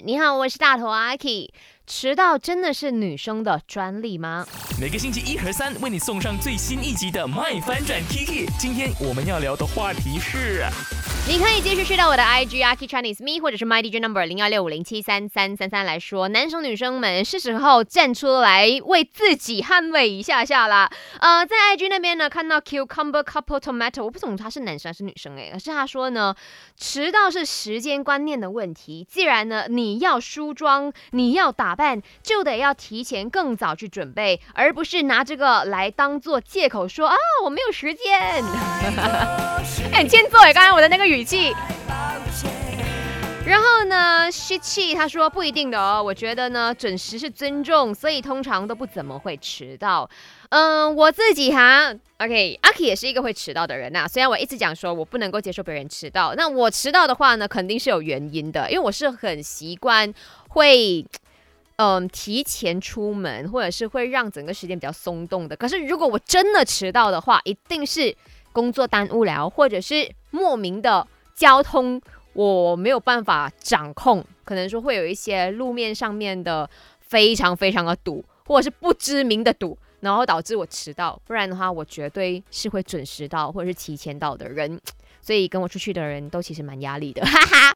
你好，我是大头阿 K。迟到真的是女生的专利吗？ 每个星期一和三为你送上最新一集的《翻转 Kiki》。今天我们要聊的话题是， 你可以继续去到我的 IG Aki Chinese Me， 或者是 My DJ Number 0265073333来说，男生女生们是时候站出来为自己捍卫一下下啦。在 IG 那边呢，看到 Cucumber Couple Tomato， 我不懂他是男生还是女生可是他说呢，迟到是时间观念的问题。既然呢你要梳妆，你要打扮，就得要提前更早去准备，而不是拿这个来当做借口说啊我没有时间。很欠揍刚才我的那个语气。然后呢，吸气他说不一定的哦，我觉得呢准时是尊重，所以通常都不怎么会迟到。我自己OK， 阿 K 也是一个会迟到的人虽然我一直讲说我不能够接受别人迟到，那我迟到的话呢，肯定是有原因的，因为我是很习惯会提前出门，或者是会让整个时间比较松动的。可是如果我真的迟到的话，一定是工作耽误了，或者是莫名的交通我没有办法掌控，可能说会有一些路面上面的非常非常的堵，或者是不知名的堵，然后导致我迟到。不然的话，我绝对是会准时到或者是提前到的人，所以跟我出去的人都其实蛮压力的，哈哈。